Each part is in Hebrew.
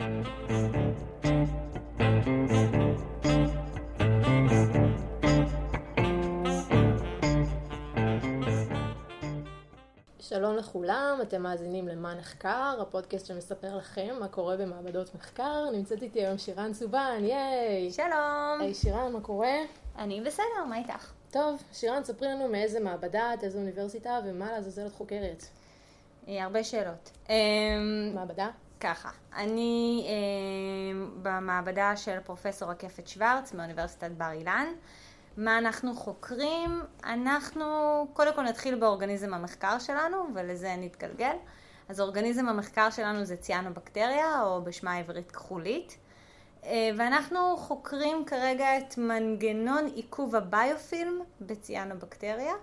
שלום לכולם, אתם מאזינים למה נחקר, הפודקאסט שמספר לכם מה קורה במעבדות מחקר. נמצאת איתי היום שירן צובן, ייי! שלום! היי שירן, מה קורה? אני בסדר, מה איתך? טוב, שירן, ספרי לנו מאיזה מעבדה, איזה אוניברסיטה ומה לעזאזל את חוקרת. הרבה שאלות. מעבדה? ככה, אני במעבדה של פרופסור רקפת שוורץ מאוניברסיטת בר אילן. מה אנחנו חוקרים? אנחנו קודם כל נתחיל באורגניזם המחקר שלנו ולזה נתגלגל. אז אורגניזם המחקר שלנו זה ציאנובקטריה או בשמה העברית כחולית. ואנחנו חוקרים כרגע את מנגנון עיכוב הביופילם בציאנובקטריה,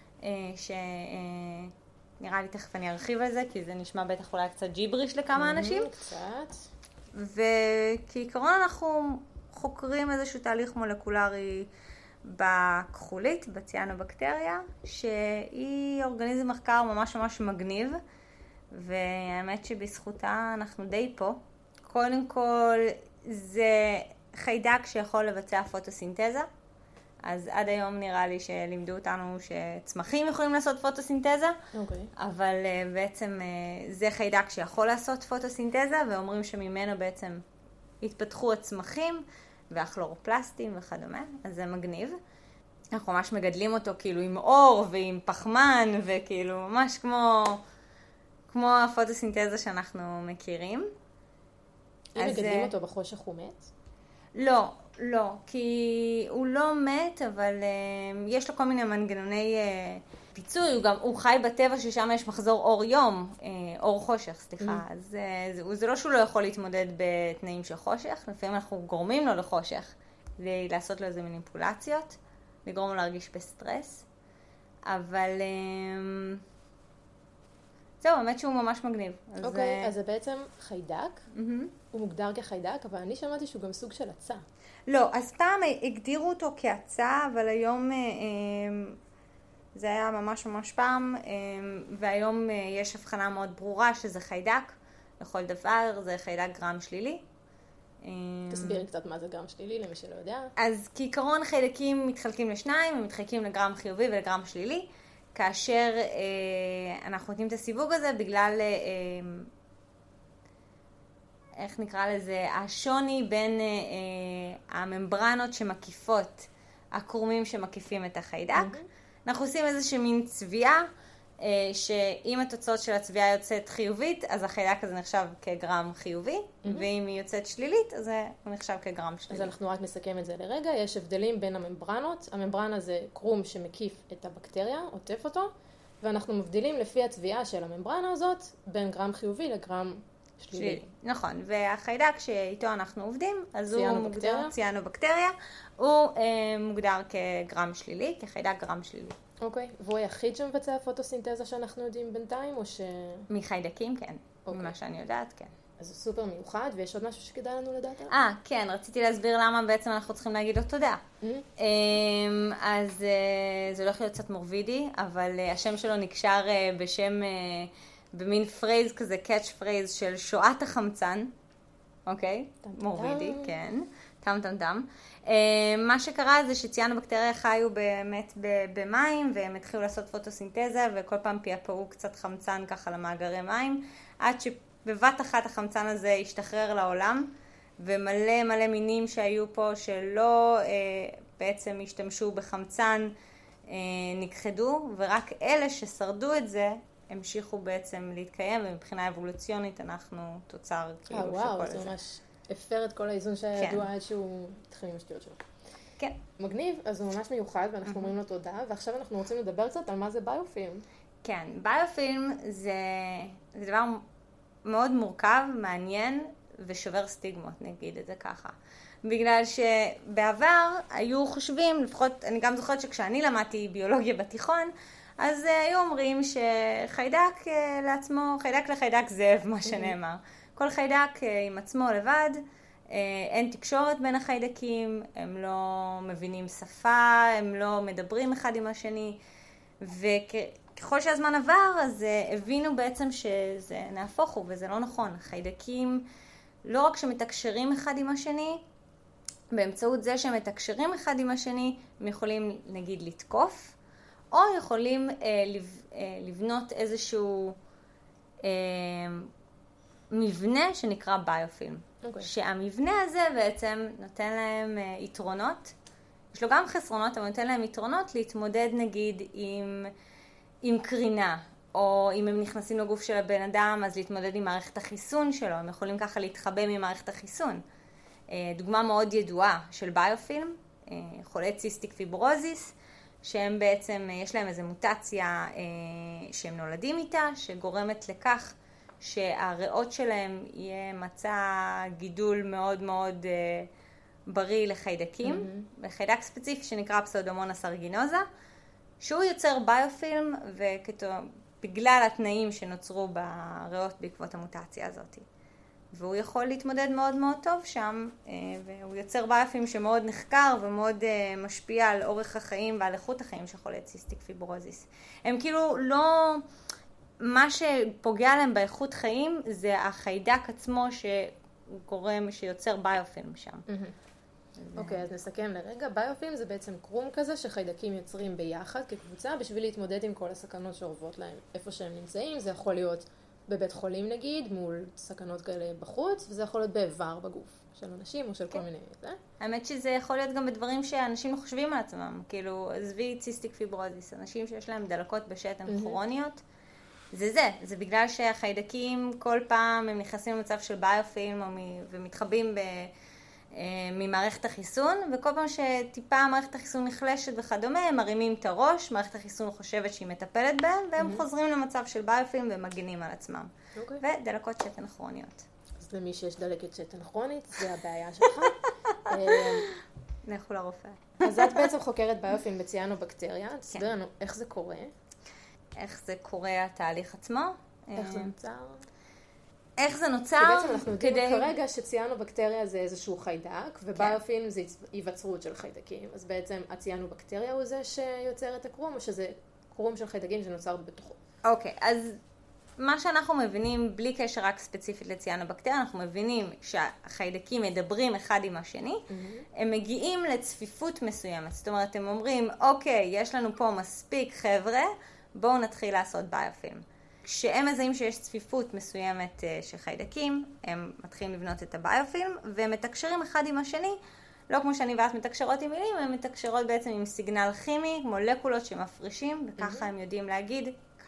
שנראה לי תכף אני ארחיב על זה, כי זה נשמע בטח אולי קצת ג'יבריש לכמה אנשים. קצת. וכעיקרון אנחנו חוקרים איזשהו תהליך מולקולרי בכחולית, בציאנובקטריה, שהיא אורגניזם מחקר ממש ממש מגניב, והאמת שבזכותה אנחנו די פה. קודם כל, זה חיידק שיכול לבצע פוטוסינתזה, אז עד היום נראה לי שלימדו אותנו שצמחים יכולים לעשות פוטוסינתזה, אבל בעצם זה חיידק שיכול לעשות פוטוסינתזה, ואומרים שממנו בעצם התפתחו הצמחים והכלורופלסטים וכדומה, אז זה מגניב. אנחנו ממש מגדלים אותו כאילו עם אור ועם פחמן, וכאילו ממש כמו הפוטוסינתזה שאנחנו מכירים. אם מגדלים אותו בחושך הוא מת? לא, כי הוא לא מת, אבל יש לו כל מיני מנגנוני פיצוי, הוא חי בטבע ששם יש מחזור אור יום, אור חושך, סליחה. אז זה לא שהוא לא יכול להתמודד בתנאים של חושך, לפעמים אנחנו גורמים לו לחושך, לעשות לו איזה מניפולציות, לגרום לו להרגיש בסטרס, אבל זהו, האמת שהוא ממש מגניב. אוקיי, אז זה בעצם חיידק, הוא מוגדר כחיידק, אבל אני שמעתי שהוא גם סוג של עצה. לא, אז פעם הגדירו אותו כעצה, אבל היום זה היה ממש ממש פעם, והיום יש הבחנה מאוד ברורה שזה חיידק לכל דבר, זה חיידק גרם שלילי. תסבירי קצת מה זה גרם שלילי למי שלא יודע. אז כעיקרון חיידקים מתחלקים לשניים, הם מתחלקים לגרם חיובי ולגרם שלילי, כאשר אנחנו נותנים את הסיווג הזה בגלל, איך נקרא לזה, השוני בין הממברנות שמקיפות, הקרומים שמקיפים את החיידק. אנחנו עושים איזושהי מין צביעה, שאם התוצאות של הצביעה יוצאת חיובית, אז החיידק הזה נחשב כגרם חיובי, ואם היא יוצאת שלילית, אז הוא נחשב כגרם שלילי. אז אנחנו רק נסכם את זה לרגע. יש הבדלים בין הממברנות. הממברנה זה קרום שמקיף את הבקטריה, עוטף אותו, ואנחנו מבדילים לפי הצביעה של הממברנה הזאת, בין גרם חיובי לגרם שלילי. נכון, והחיידק שאיתו אנחנו עובדים, אז הוא מוגדר ציאנובקטריה, הוא מוגדר כגרם שלילי, כחיידק גרם שלילי. אוקיי, והוא היחיד שמבצע פוטוסינתזה שאנחנו יודעים בינתיים, או ש... מחיידקים, כן. ממה שאני יודעת, כן. אז הוא סופר מיוחד, ויש עוד משהו שכדאי לנו לדעת עליו? כן, רציתי להסביר למה בעצם אנחנו צריכים להגיד לו תודה. אז זה הולך להיות קצת מורבידי, אבל השם שלו נקשר בשם, במין פרייז כזה, קאץ' פרייז של שואת החמצן. אוקיי? מורבידי, כן. טם טם טם. מה שקרה זה שציאנובקטריה חיו באמת במים, והם התחילו לעשות פוטוסינתזה, וכל פעם פעפעו קצת חמצן ככה למאגרי מים, עד שבבת אחת החמצן הזה השתחרר לעולם, ומלא מלא מינים שהיו פה שלא בעצם השתמשו בחמצן נכחדו, ורק אלה ששרדו את זה המשיכו בעצם להתקיים, ומבחינה אבולוציונית אנחנו תוצר כאילו של כל וואו, זה. זה ממש הפר את כל האיזון שידוע עד שהוא התחיל עם השטויות שלו. כן. מגניב, אז הוא ממש מיוחד, ואנחנו אומרים לו תודה, ועכשיו אנחנו רוצים לדבר קצת על מה זה ביופילם. כן, ביופילם זה דבר מאוד מורכב, מעניין ושובר סטיגמות, נגיד את זה ככה. בגלל שבעבר היו חושבים, לפחות אני גם זוכרת שכשאני למדתי ביולוגיה בתיכון, אז היו אומרים שחיידק לעצמו, חיידק לחיידק זאב, מה שנאמר. כל חיידק עם עצמו לבד, אין תקשורת בין החיידקים, הם לא מבינים שפה, הם לא מדברים אחד עם השני, וככל שהזמן עבר, אז הבינו בעצם שזה נהפוך הוא, וזה לא נכון. חיידקים לא רק שמתקשרים אחד עם השני, באמצעות זה שהם מתקשרים אחד עם השני, הם יכולים נגיד לתקוף, או יכולים לבנות איזשהו מבנה שנקרא ביופילם. שהמבנה הזה בעצם נותן להם יתרונות, יש לו גם חסרונות, אבל נותן להם יתרונות להתמודד נגיד עם קרינה, או אם הם נכנסים לגוף של הבן אדם, אז להתמודד עם מערכת החיסון שלו, הם יכולים ככה להתחבא ממערכת החיסון. דוגמה מאוד ידועה של ביופילם, חולי ציסטיק פיברוזיס, שהם בעצם, יש להם איזו מוטציה שהם נולדים איתה, שגורמת לכך שהריאות שלהם יהיה מצע גידול מאוד מאוד בריא לחיידקים, וחיידק ספציפי שנקרא פסאודומונס ארגינוזה, שהוא יוצר ביופילם בגלל התנאים שנוצרו בריאות בעקבות המוטציה הזאת. והוא יכול להתמודד מאוד מאוד טוב שם, והוא יוצר ביופילם שמאוד נחקר ומאוד משפיע על אורך החיים ועל איכות החיים של חולי ציסטיק פיברוזיס. הם כאילו לא, מה שפוגע להם באיכות חיים זה החיידק עצמו שיוצר ביופילם שם. אוקיי, אז נסכם לרגע. ביופילם זה בעצם קרום כזה שחיידקים יוצרים ביחד כקבוצה בשביל להתמודד עם כל הסכנות שאורבות להם איפה שהם נמצאים. זה יכול להיות בבית חולים נגיד, מול סכנות כאלה בחוץ, וזה יכול להיות באיבר בגוף של אנשים או של כל מיני... האמת שזה יכול להיות גם בדברים שאנשים לא חושבים על עצמם, כאילו עזבי ציסטיק פיברוזיס, אנשים שיש להם דלקות בשתן כרוניות, זה בגלל שהחיידקים כל פעם הם נכנסים למצב של ביופילם ומתחבאים ממערכת החיסון, וכל פעם שטיפה מערכת החיסון נחלשת וכדומה, הם מרימים את הראש, מערכת החיסון חושבת שהיא מטפלת בהם, והם חוזרים למצב של ביופילם ומגינים על עצמם. ודלקות שתן כרוניות. אז למי שיש דלקת שתן כרונית, זה הבעיה שלך. לכו לרופא. אז את בעצם חוקרת ביופילם בציאנובקטריה, תסביר לנו איך זה קורה. איך זה קורה התהליך עצמו. איך זה נוצר. איך זה נוצר? כי בעצם אנחנו יודעים כרגע שציאנובקטריה זה איזשהו חיידק, וביופילם זה היווצרות של חיידקים. אז בעצם הציאנובקטריה הוא זה שיוצר את הקרום, או שזה קרום של חיידקים שנוצר בתוכו? אוקיי, אז מה שאנחנו מבינים, בלי קשר רק ספציפית לציאנובקטריה, אנחנו מבינים שהחיידקים מדברים אחד עם השני, הם מגיעים לצפיפות מסוימת. זאת אומרת, הם אומרים, אוקיי, יש לנו פה מספיק חבר'ה, בואו נתחיל לעשות ביופילם. כשהם מזהים שיש צפיפות מסוימת של חיידקים, הם מתחילים לבנות את הביופילם, והם מתקשרים אחד עם השני, לא כמו שאני ואת מתקשרות עם מילים, הם מתקשרות בעצם עם סיגנל כימי, מולקולות שמפרישים, וככה הם יודעים להגיד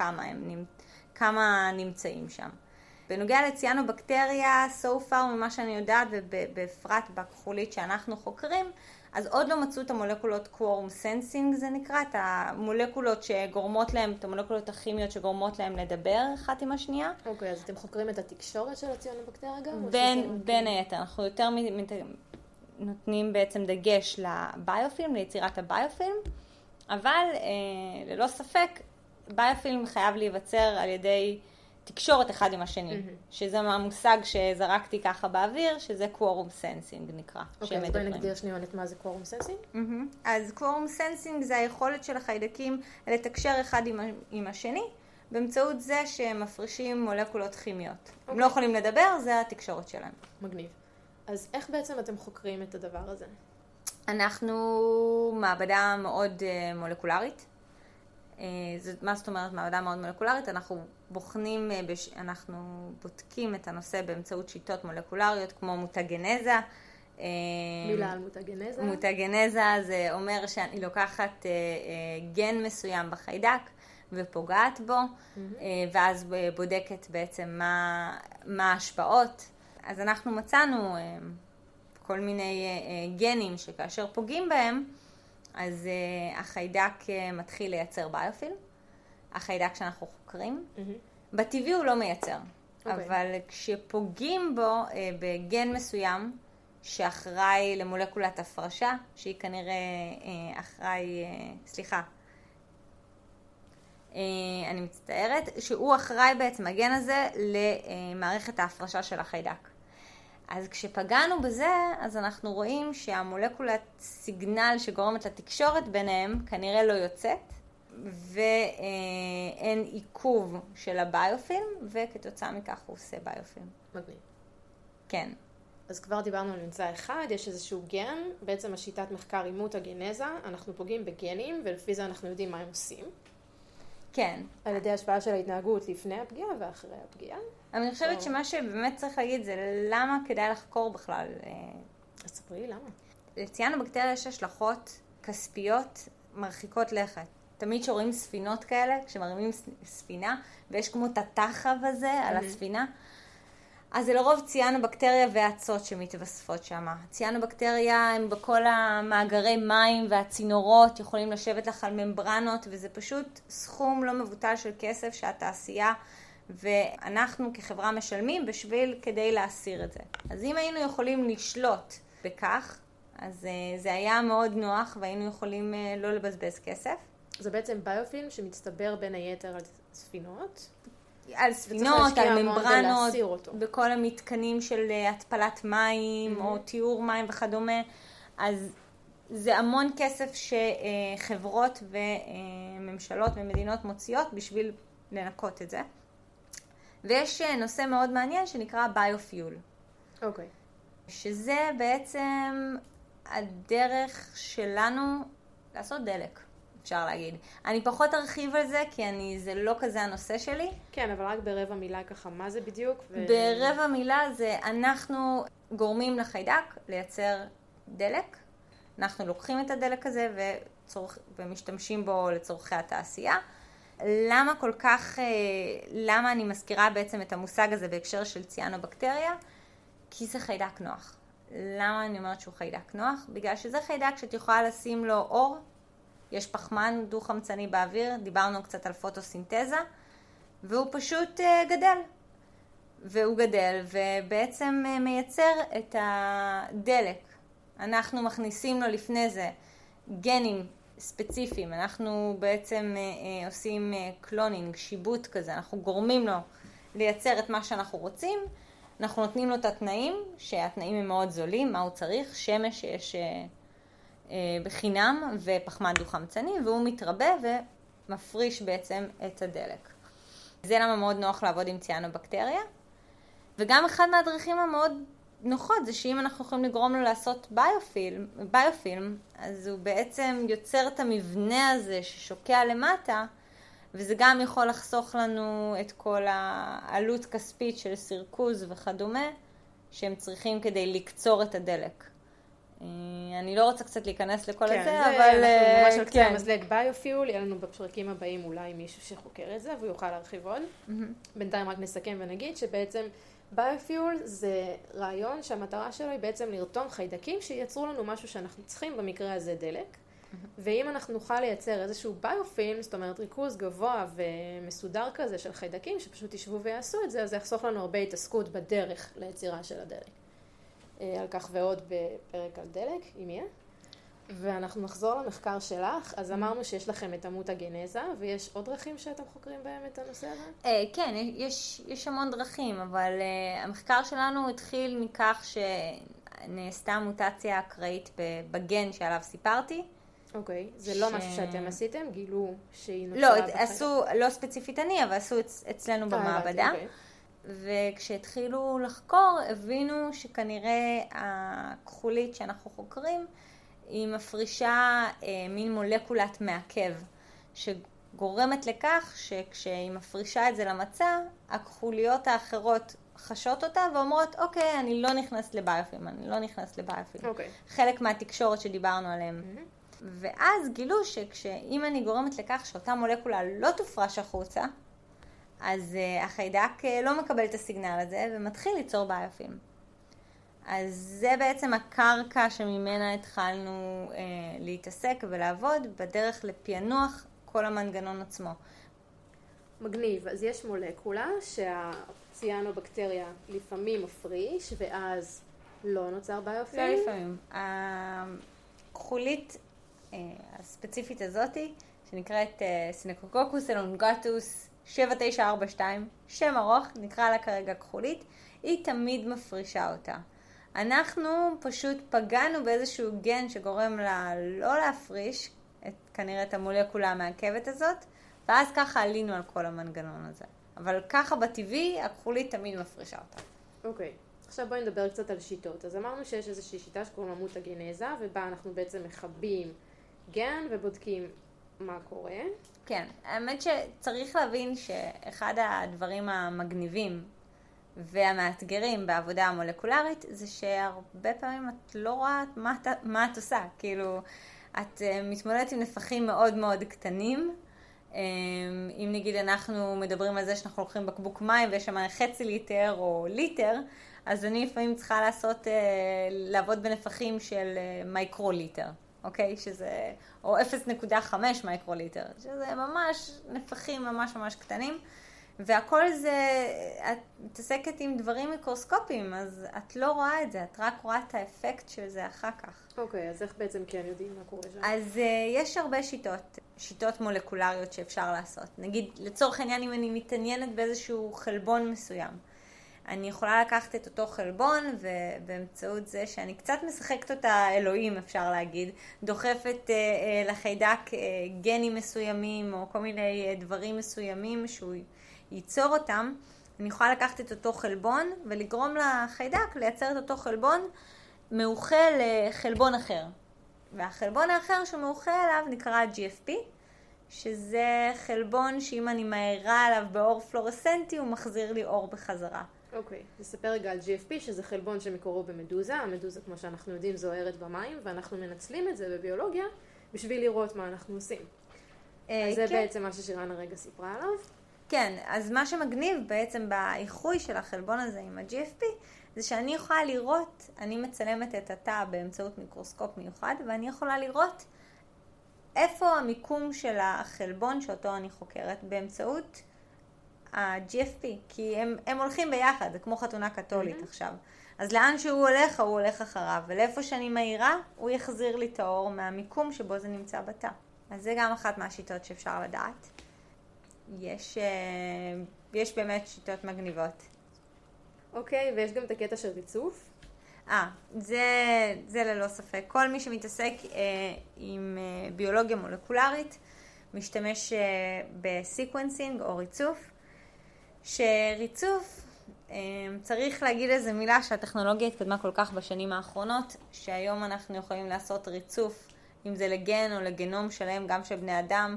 כמה נמצאים שם. בנוגע לציאנובקטריה, so far ממה שאני יודעת, ובפרט בכחולית שאנחנו חוקרים, אז עוד לא מצאו את המולקולות קוורום סנסינג, זה נקרא, את המולקולות שגורמות להם, את המולקולות הכימיות שגורמות להם לדבר אחת עם השנייה. אוקיי, אז אתם חוקרים את התקשורת של הציאנובקטריה גם? בין היתר, אנחנו יותר נותנים בעצם דגש לביופילם, ליצירת הביופילם, אבל ללא ספק, ביופילם חייב להיווצר על ידי תקשורת אחד עם השני, שזה המושג שזרקתי ככה באוויר, שזה קוורום סנסינג נקרא. אוקיי, אז בואי נגדיר שנייה מה זה קוורום סנסינג? אז קוורום סנסינג זה היכולת של החיידקים לתקשר אחד עם השני, באמצעות זה שהם מפרישים מולקולות כימיות. הם לא יכולים לדבר, זה התקשורת שלהם. מגניב. אז איך בעצם אתם חוקרים את הדבר הזה? אנחנו מעבדה מאוד מולקולרית. מה זאת אומרת מעבדה מאוד מולקולרית? אנחנו בודקים את הנושא באמצעות שיטות מולקולריות כמו מוטגנזה. מילה על מוטגנזה? מוטגנזה זה אומר שאני לוקחת גן מסוים בחיידק ופוגעת בו, ואז בודקת בעצם מה ההשפעות. אז אנחנו מצאנו כל מיני גנים שכאשר פוגעים בהם, אז החיידק מתחיל לייצר ביופילם, החיידק שאנחנו חוקרים. בטבעי הוא לא מייצר, אבל כשפוגעים בו בגן מסוים שאחראי למולקולת הפרשה, שהיא כנראה אני מצטערת, שהוא אחראי בעצם הגן הזה למערכת ההפרשה של החיידק. אז כשפגענו בזה, אז אנחנו רואים שהמולקולת סיגנל שגורמת לתקשורת ביניהם כנראה לא יוצאת, ואין עיכוב של הביופילם, וכתוצאה מכך הוא עושה ביופילם. מגניב. כן. אז כבר דיברנו על ממצא אחד, יש איזשהו גן, בעצם השיטת מחקר היא מוטגנזה, אנחנו פוגעים בגנים ולפי זה אנחנו יודעים מה הם עושים. כן. על ידי השפעה של ההתנהגות לפני הפגיעה ואחרי הפגיעה. אני חושבת שמה שבאמת צריך להגיד זה למה כדאי לחקור בכלל. אז ספרי, למה? לציאנובקטריה יש השלכות כספיות מרחיקות לכת. תמיד שרואים ספינות כאלה, כשמרימים ספינה, ויש כמו את התחב הזה על הספינה, אז זה לרוב ציאנובקטריה והאצות שמתווספות שם. ציאנובקטריה הם בכל המאגרי מים והצינורות, יכולים לשבת לך על ממברנות, וזה פשוט סכום לא מבוטל של כסף שהתעשייה ואנחנו כחברה משלמים בשביל כדי להסיר את זה. אז אם היינו יכולים לשלוט בכך, אז זה היה מאוד נוח והיינו יכולים לא לבזבז כסף. זה בעצם ביופילם שמצטבר בין היתר על ספינות. על ספינות, על ממברנות, בכל המתקנים של התפלת מים או טיהור מים וכדומה. אז זה המון כסף שחברות וממשלות ומדינות מוציאות בשביל לנקות את זה. ויש נושא מאוד מעניין שנקרא ביופיול. אוקיי. שזה בעצם הדרך שלנו לעשות דלק, אפשר להגיד. אני פחות ארחיב על זה, כי זה לא כזה הנושא שלי. כן, אבל רק ברבע מילה ככה, מה זה בדיוק? ברבע מילה זה אנחנו גורמים לחיידק לייצר דלק. אנחנו לוקחים את הדלק הזה ומשתמשים בו לצורכי התעשייה. למה אני מזכירה בעצם את המושג הזה בהקשר של ציאנובקטריה? כי זה חיידק נוח. למה אני אומרת שהוא חיידק נוח? בגלל שזה חיידק שאת יכולה לשים לו אור, יש פחמן דו-חמצני באוויר, דיברנו קצת על פוטוסינתזה, והוא פשוט גדל. והוא גדל ובעצם מייצר את הדלק. אנחנו מכניסים לו לפני זה גנים ספציפיים, אנחנו בעצם עושים קלונינג, שיבוט כזה, אנחנו גורמים לו לייצר את מה שאנחנו רוצים, אנחנו נותנים לו את התנאים, שהתנאים הם מאוד זולים, מה הוא צריך, שמש שיש בחינם ופחמן דו-חמצני, והוא מתרבה ומפריש בעצם את הדלק. זה למה מאוד נוח לעבוד עם ציאנובקטריה, וגם אחד מהדרכים המאוד נוחות זה שאם אנחנו יכולים לגרום לו לעשות ביופילם, אז הוא בעצם יוצר את המבנה הזה ששוקע למטה, וזה גם יכול לחסוך לנו את כל העלות כספית של סירקוז וכדומה, שהם צריכים כדי לקצור את הדלק. אני לא רוצה קצת להיכנס לכל כן, זה, אבל... אנחנו ממש על קצה המזלג ביופיול, יהיה לנו בפרקים הבאים אולי מישהו שחוקר את זה, והוא יוכל להרחיב עוד. בינתיים רק נסכם ונגיד שבעצם ביופיול זה רעיון שהמטרה שלו היא בעצם לרתום חיידקים שייצרו לנו משהו שאנחנו צריכים, במקרה הזה דלק. ואם אנחנו נוכל לייצר איזשהו ביופילם, זאת אומרת ריכוז גבוה ומסודר כזה של חיידקים שפשוט ישבו ויעשו את זה, אז זה יחסוך לנו הרבה התעסקות בדרך ליצירה של הדלק. על כך ועוד בפרק על דלק, אם יהיה. ואנחנו נחזור למחקר שלך, אז אמרנו שיש לכם את המוטגנזה, ויש עוד דרכים שאתם חוקרים בהם את הנושא הזה? כן, יש המון דרכים, אבל המחקר שלנו התחיל מכך שנעשתה מוטציה אקראית בגן שעליו סיפרתי. אוקיי, זה לא משהו שאתם עשיתם? גילו שהיא נוצרה לא, עשו, לא ספציפית אני, אבל עשו אצלנו במעבדה. וכשהתחילו לחקור, הבינו שכנראה הכחולית שאנחנו חוקרים, היא מפרישה מין מולקולת מעכב, שגורמת לכך שכשהיא מפרישה את זה למצע, הכחוליות האחרות חשות אותה ואומרות, אוקיי, אני לא נכנס לביופילם, אוקיי. חלק מהתקשורת שדיברנו עליהם. ואז גילו שכשאם אני גורמת לכך שאותה מולקולה לא תופרש החוצה, אז החיידק לא מקבל את הסיגנל הזה ומתחיל ליצור ביופילם. אז זה בעצם הקרקע שממנה התחלנו להתעסק ולעבוד בדרך לפענוח כל המנגנון עצמו. מגניב. אז יש מולקולה שהציאנובקטריה לפעמים מפריש ואז לא נוצר ביופילם? לא לפעמים. הכחולית הספציפית הזאתי, שנקראת סינקוקוקוס אלונגטוס 7942, שם ארוך, נקרא לה כרגע כחולית, היא תמיד מפרישה אותה. אנחנו פשוט פגענו באיזשהו גן שגורם לה לא להפריש כנראה את המולקולה המעכבת הזאת, ואז ככה עלינו על כל המנגנון הזה. אבל ככה בטבעי, הכחולית תמיד מפרישה אותה. אוקיי. עכשיו בואי נדבר קצת על שיטות. אז אמרנו שיש איזושהי שיטה שקוראים לה מוטגנזה, ובה אנחנו בעצם מכבים גן ובודקים מה קורה. כן, האמת שצריך להבין שאחד הדברים המגניבים והמאתגרים בעבודה המולקולרית זה שהרבה פעמים את לא רואה מה את עושה. כאילו, את מתמודדת עם נפחים מאוד מאוד קטנים. אם נגיד אנחנו מדברים על זה שאנחנו לוקחים בקבוק מים ויש שם חצי ליטר או ליטר, אז אני לפעמים צריכה לעבוד בנפחים של מייקרוליטר, אוקיי? שזה, או 0.5 מייקרוליטר, שזה ממש נפחים ממש ממש קטנים. והכל זה, את מתעסקת עם דברים מיקרוסקופיים, אז את לא רואה את זה, את רק רואה את האפקט של זה אחר כך. אוקיי, אז איך בעצם כן יודעים מה קורה שם? אז יש הרבה שיטות מולקולריות שאפשר לעשות. נגיד, לצורך העניין, אם אני מתעניינת באיזשהו חלבון מסוים, אני יכולה לקחת את אותו חלבון, ובאמצעות זה שאני קצת משחקת אותה אלוהים, אפשר להגיד, דוחפת לחיידק גנים מסוימים, או כל מיני דברים מסוימים שהוא ייצור אותם, אני יכולה לקחת את אותו חלבון, ולגרום לחיידק לייצר את אותו חלבון, מאוכל לחלבון אחר. והחלבון האחר שמאוכל עליו נקרא GFP, שזה חלבון שאם אני מאירה עליו באור פלורסנטי, הוא מחזיר לי אור בחזרה. אוקיי, נספר רגע על GFP, שזה חלבון שמקורו במדוזה. המדוזה, כמו שאנחנו יודעים, זוהרת במים, ואנחנו מנצלים את זה בביולוגיה בשביל לראות מה אנחנו עושים. אז זה בעצם מה ששירן הרגע סיפרה עליו. כן, אז מה שמגניב בעצם באיחוי של החלבון הזה עם ה-GFP, זה שאני יכולה לראות, אני מצלמת את התא באמצעות מיקרוסקופ מיוחד, ואני יכולה לראות איפה המיקום של החלבון שאותו אני חוקרת באמצעות ה-GFP, כי הם הולכים ביחד, זה כמו חתונה קתולית עכשיו. אז לאן שהוא הולך, הוא הולך אחריו, ולאיפה שאני מאירה, הוא יחזיר לי את האור מהמיקום שבו זה נמצא בתא. אז זה גם אחת מהשיטות שאפשר לדעת. יש באמת שיטות מגניבות. אוקיי, ויש גם את הקטע של ריצוף. זה ללא ספק. כל מי שמתעסק עם ביולוגיה מולקולרית משתמש בסיקוונסינג או ריצוף. שריצוף, צריך להגיד איזה מילה שהטכנולוגיה התקדמה כל כך בשנים האחרונות, שהיום אנחנו יכולים לעשות ריצוף, אם זה לגן או לגנום שלהם, גם של בני אדם,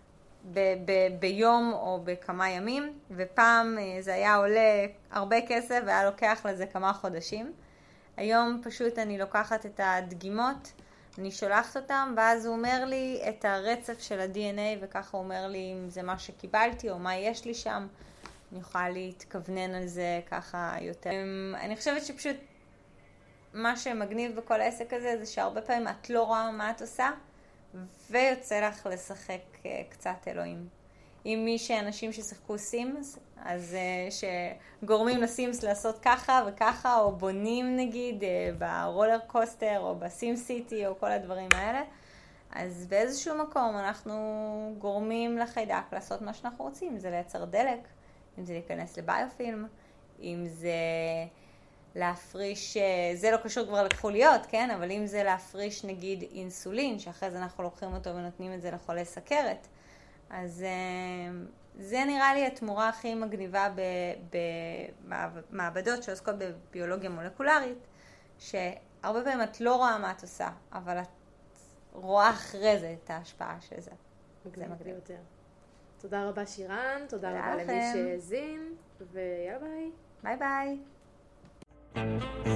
ביום או בכמה ימים, ופעם זה היה עולה הרבה כסף והיה לוקח לזה כמה חודשים. היום פשוט אני לוקחת את הדגימות, אני שולחת אותם, ואז הוא אומר לי את הרצף של ה-DNA, וככה הוא אומר לי אם זה מה שקיבלתי או מה יש לי שם. אני יכולה להתכוונן על זה ככה יותר. אני חושבת שפשוט מה שמגניב בכל העסק הזה, זה שהרבה פעמים את לא רואה מה את עושה, ויוצא לך לשחק קצת אלוהים. אם מי שאנשים ששיחקו סימס, אז שגורמים לסימס לעשות ככה וככה, או בונים נגיד ברולר קוסטר, או בסים סיטי, או כל הדברים האלה, אז באיזשהו מקום אנחנו גורמים לחיידק לעשות מה שאנחנו רוצים. אם זה לייצר דלק, אם זה להיכנס לביופילם, אם זה להפריש, זה לא קשור כבר לכחוליות, כן? אבל אם זה להפריש נגיד אינסולין, שאחרי זה אנחנו לוקחים אותו ונותנים את זה לחולי סכרת, אז זה נראה לי התמורה הכי מגניבה במעבדות שעוסקות בביולוגיה מולקולרית, שהרבה פעמים את לא רואה מה את עושה, אבל את רואה אחרי זה את ההשפעה של זה. זה מגניב יותר. תודה רבה שירן, תודה רבה למי שהאזין, ויאללה ביי. ביי ביי.